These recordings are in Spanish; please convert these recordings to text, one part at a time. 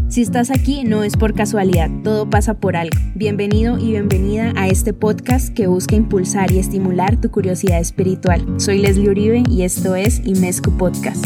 Si estás aquí, no es por casualidad, todo pasa por algo. Bienvenido y bienvenida a este podcast que busca impulsar y estimular tu curiosidad espiritual. Soy Leslie Uribe y esto es Imescu Podcast.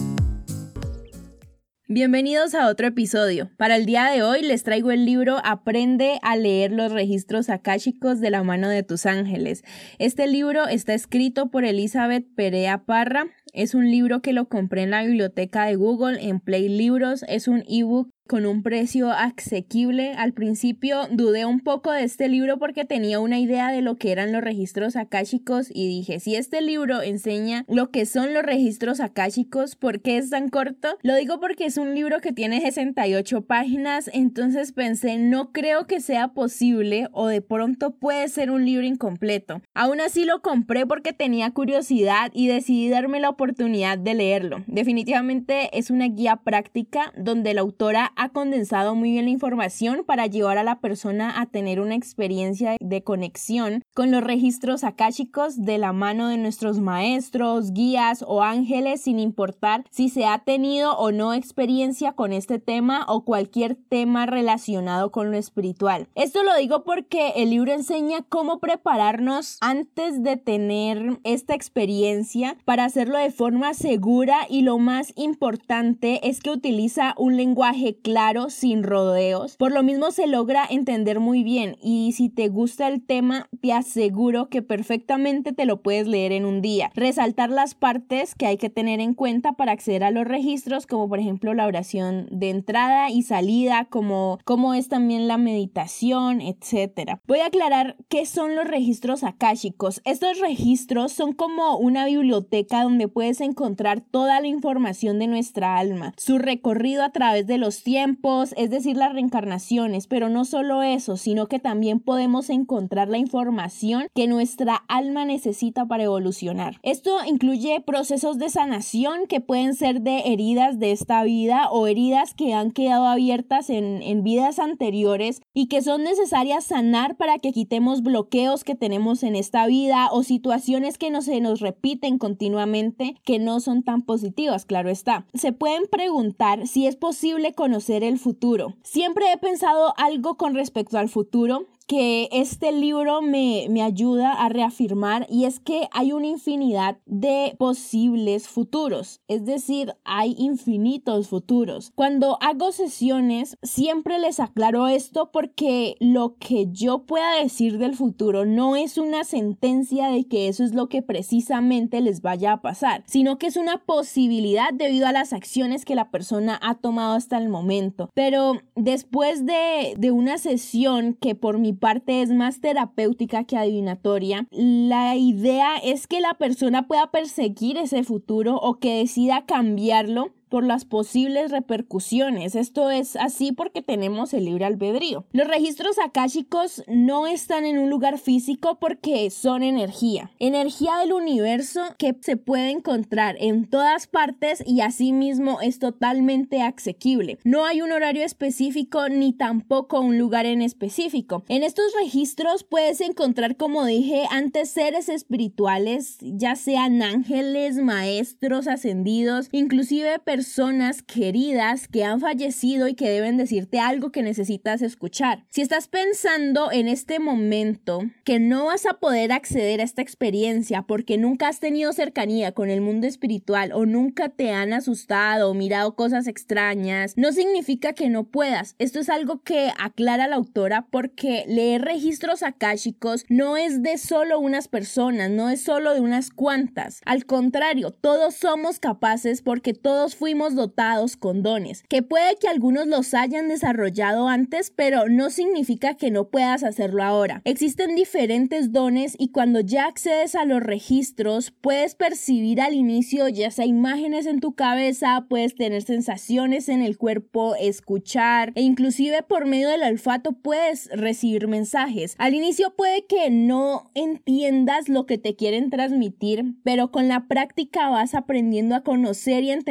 Bienvenidos a otro episodio. Para el día de hoy les traigo el libro Aprende a leer los registros akáshicos de la mano de tus ángeles. Este libro está escrito por Elizabeth Perea Parra. Es un libro que lo compré en la biblioteca de Google, en Play Libros. Es un ebook con un precio asequible. Al principio dudé un poco de este libro porque tenía una idea de lo que eran los registros akáshicos y dije, si este libro enseña lo que son los registros akáshicos, ¿por qué es tan corto? Lo digo porque es un libro que tiene 68 páginas, entonces pensé, no creo que sea posible o de pronto puede ser un libro incompleto. Aún así lo compré porque tenía curiosidad y decidí darme la oportunidad de leerlo. Definitivamente es una guía práctica donde la autora ha condensado muy bien la información para llevar a la persona a tener una experiencia de conexión con los registros akáshicos de la mano de nuestros maestros, guías o ángeles, sin importar si se ha tenido o no experiencia con este tema o cualquier tema relacionado con lo espiritual. Esto lo digo porque el libro enseña cómo prepararnos antes de tener esta experiencia para hacerlo de forma segura, y lo más importante es que utiliza un lenguaje claro, sin rodeos. Por lo mismo se logra entender muy bien, y si te gusta el tema, te aseguro que perfectamente te lo puedes leer en un día. Resaltar las partes que hay que tener en cuenta para acceder a los registros, como por ejemplo la oración de entrada y salida, como es también la meditación, etc. Voy a aclarar qué son los registros akáshicos. Estos registros son como una biblioteca donde puedes encontrar toda la información de nuestra alma, su recorrido a través de los tiempos, es decir, las reencarnaciones, pero no solo eso, sino que también podemos encontrar la información que nuestra alma necesita para evolucionar. Esto incluye procesos de sanación que pueden ser de heridas de esta vida o heridas que han quedado abiertas en vidas anteriores y que son necesarias sanar para que quitemos bloqueos que tenemos en esta vida o situaciones que se nos repiten continuamente que no son tan positivas, claro está. Se pueden preguntar si es posible conocer el futuro. Siempre he pensado algo con respecto al futuro que este libro me ayuda a reafirmar, y es que hay una infinidad de posibles futuros, es decir, hay infinitos futuros. Cuando hago sesiones siempre les aclaro esto porque lo que yo pueda decir del futuro no es una sentencia de que eso es lo que precisamente les vaya a pasar, sino que es una posibilidad debido a las acciones que la persona ha tomado hasta el momento. Pero después de una sesión que por mi parte es más terapéutica que adivinatoria, la idea es que la persona pueda perseguir ese futuro o que decida cambiarlo por las posibles repercusiones. Esto es así porque tenemos el libre albedrío. Los registros akáshicos no están en un lugar físico porque son energía del universo que se puede encontrar en todas partes y asimismo es totalmente asequible. No hay un horario específico ni tampoco un lugar en específico. En estos registros puedes encontrar, como dije antes, seres espirituales, ya sean ángeles, maestros ascendidos, inclusive personas queridas que han fallecido y que deben decirte algo que necesitas escuchar. Si estás pensando en este momento que no vas a poder acceder a esta experiencia porque nunca has tenido cercanía con el mundo espiritual o nunca te han asustado o mirado cosas extrañas, no significa que no puedas. Esto es algo que aclara la autora, porque leer registros akáshicos no es de solo unas personas, no es solo de unas cuantas. Al contrario, todos somos capaces porque todos fuimos dotados con dones, que puede que algunos los hayan desarrollado antes, pero no significa que no puedas hacerlo ahora. Existen diferentes dones y cuando ya accedes a los registros puedes percibir al inicio ya sea imágenes en tu cabeza, puedes tener sensaciones en el cuerpo, escuchar e inclusive por medio del olfato puedes recibir mensajes. Al inicio puede que no entiendas lo que te quieren transmitir, pero con la práctica vas aprendiendo a conocer y entender los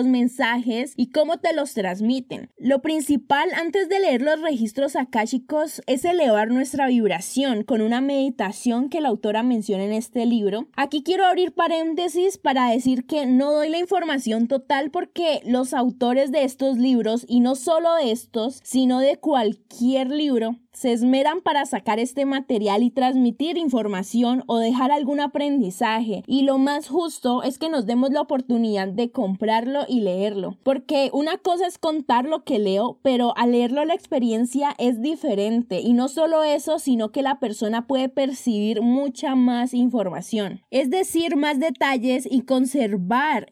los mensajes y cómo te los transmiten. Lo principal antes de leer los registros akáshicos es elevar nuestra vibración con una meditación que la autora menciona en este libro. Aquí quiero abrir paréntesis para decir que no doy la información total porque los autores de estos libros, y no solo de estos, sino de cualquier libro, se esmeran para sacar este material y transmitir información o dejar algún aprendizaje, y lo más justo es que nos demos la oportunidad de comprarlo y leerlo, porque una cosa es contar lo que leo, pero al leerlo la experiencia es diferente, y no solo eso, sino que la persona puede percibir mucha más información, es decir, más detalles, y conservar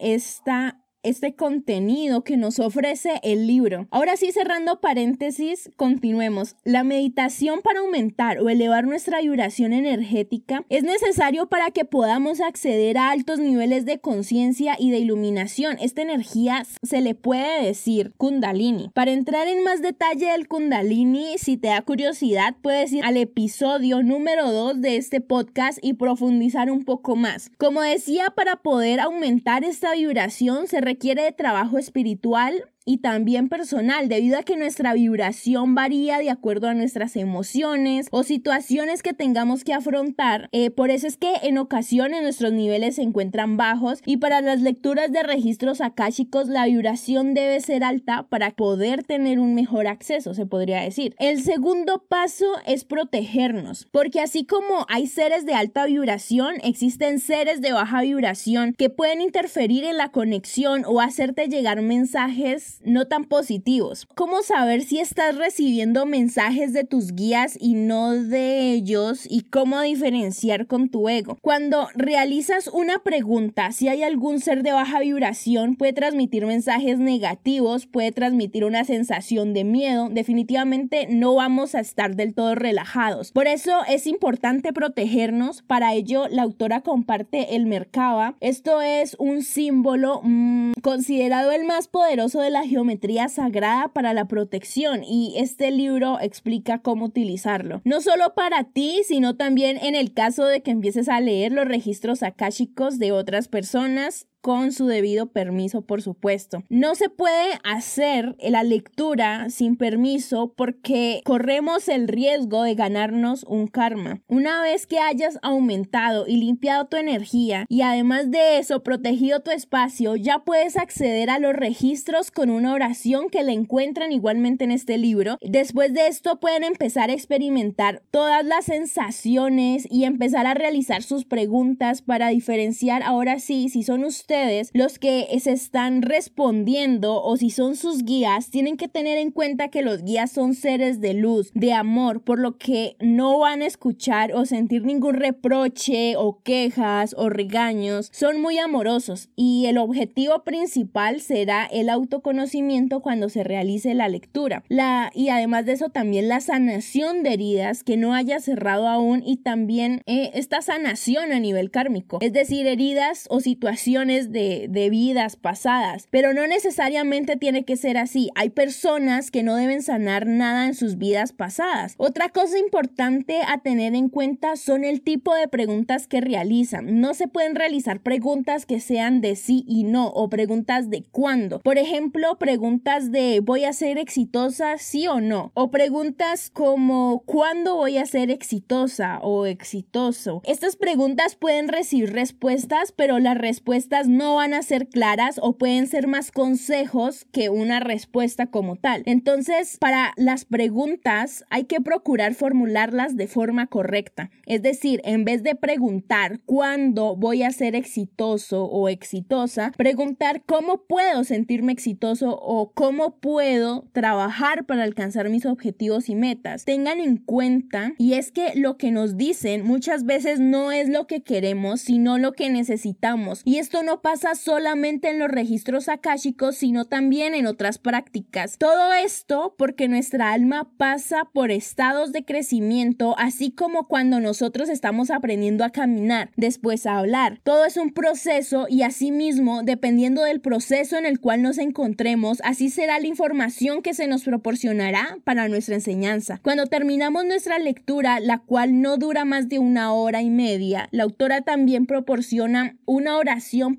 este contenido que nos ofrece el libro. Ahora sí, cerrando paréntesis, continuemos. La meditación para aumentar o elevar nuestra vibración energética es necesario para que podamos acceder a altos niveles de conciencia y de iluminación. Esta energía se le puede decir Kundalini. Para entrar en más detalle del Kundalini, si te da curiosidad, puedes ir al episodio número 2 de este podcast y profundizar un poco más. Como decía, para poder aumentar esta vibración se requiere de trabajo espiritual y también personal, debido a que nuestra vibración varía de acuerdo a nuestras emociones o situaciones que tengamos que afrontar. Por eso es que en ocasiones nuestros niveles se encuentran bajos, y para las lecturas de registros akáshicos la vibración debe ser alta para poder tener un mejor acceso, se podría decir. El segundo paso es protegernos, porque así como hay seres de alta vibración, existen seres de baja vibración que pueden interferir en la conexión o hacerte llegar mensajes no tan positivos. ¿Cómo saber si estás recibiendo mensajes de tus guías y no de ellos? ¿Y cómo diferenciar con tu ego? Cuando realizas una pregunta, si hay algún ser de baja vibración, puede transmitir mensajes negativos, puede transmitir una sensación de miedo. Definitivamente no vamos a estar del todo relajados. Por eso es importante protegernos. Para ello, la autora comparte el Merkaba. Esto es un símbolo considerado el más poderoso de la geometría sagrada para la protección, y este libro explica cómo utilizarlo. No solo para ti, sino también en el caso de que empieces a leer los registros akáshicos de otras personas, con su debido permiso, por supuesto. No se puede hacer la lectura sin permiso porque corremos el riesgo de ganarnos un karma. Una vez que hayas aumentado y limpiado tu energía y además de eso protegido tu espacio, ya puedes acceder a los registros con una oración que la encuentran igualmente en este libro. Después de esto pueden empezar a experimentar todas las sensaciones y empezar a realizar sus preguntas para diferenciar ahora sí si son ustedes los que se están respondiendo o si son sus guías. Tienen que tener en cuenta que los guías son seres de luz, de amor, por lo que no van a escuchar o sentir ningún reproche o quejas o regaños. Son muy amorosos y el objetivo principal será el autoconocimiento cuando se realice la lectura. Y además de eso también la sanación de heridas que no haya cerrado aún, y también esta sanación a nivel kármico, es decir, heridas o situaciones de vidas pasadas, pero no necesariamente tiene que ser así. Hay personas que no deben sanar nada en sus vidas pasadas. Otra cosa importante a tener en cuenta son el tipo de preguntas que realizan. No se pueden realizar preguntas que sean de sí y no, o preguntas de cuándo. Por ejemplo, preguntas de ¿voy a ser exitosa sí o no? O preguntas como ¿cuándo voy a ser exitosa o exitoso? Estas preguntas pueden recibir respuestas, pero las respuestas no van a ser claras o pueden ser más consejos que una respuesta como tal. Entonces, para las preguntas hay que procurar formularlas de forma correcta. Es decir, en vez de preguntar ¿cuándo voy a ser exitoso o exitosa?, preguntar ¿cómo puedo sentirme exitoso o cómo puedo trabajar para alcanzar mis objetivos y metas? Tengan en cuenta, y es que lo que nos dicen muchas veces no es lo que queremos, sino lo que necesitamos. Y esto no pasa solamente en los registros akáshicos, sino también en otras prácticas. Todo esto porque nuestra alma pasa por estados de crecimiento, así como cuando nosotros estamos aprendiendo a caminar, después a hablar. Todo es un proceso, y asimismo, dependiendo del proceso en el cual nos encontremos, así será la información que se nos proporcionará para nuestra enseñanza. Cuando terminamos nuestra lectura, la cual no dura más de 1 hora y media, la autora también proporciona una oración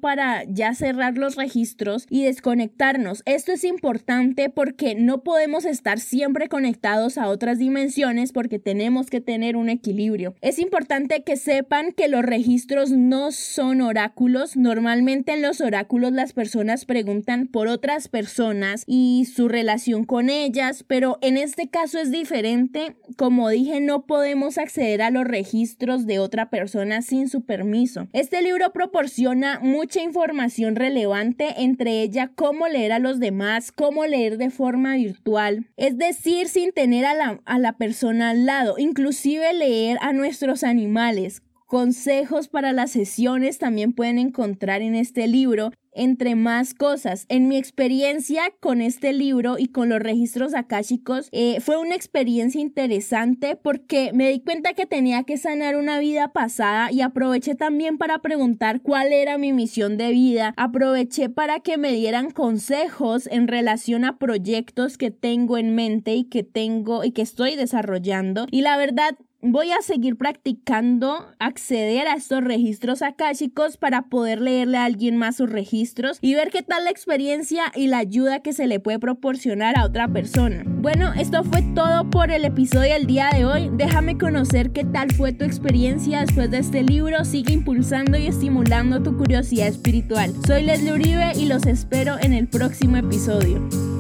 para ya cerrar los registros y desconectarnos. Esto es importante porque no podemos estar siempre conectados a otras dimensiones porque tenemos que tener un equilibrio. Es importante que sepan que los registros no son oráculos. Normalmente en los oráculos las personas preguntan por otras personas y su relación con ellas, pero en este caso es diferente. Como dije, no podemos acceder a los registros de otra persona sin su permiso. Este libro proporciona mucha información relevante, entre ella cómo leer a los demás, cómo leer de forma virtual, es decir, sin tener a la persona al lado, inclusive leer a nuestros animales. Consejos para las sesiones también pueden encontrar en este libro, entre más cosas. En mi experiencia con este libro y con los registros akáshicos, fue una experiencia interesante porque me di cuenta que tenía que sanar una vida pasada y aproveché también para preguntar cuál era mi misión de vida. Aproveché para que me dieran consejos en relación a proyectos que tengo en mente y que estoy desarrollando. Y la verdad, voy a seguir practicando acceder a estos registros akáshicos para poder leerle a alguien más sus registros y ver qué tal la experiencia y la ayuda que se le puede proporcionar a otra persona. Bueno, esto fue todo por el episodio del día de hoy. Déjame conocer qué tal fue tu experiencia después de este libro. Sigue impulsando y estimulando tu curiosidad espiritual. Soy Leslie Uribe y los espero en el próximo episodio.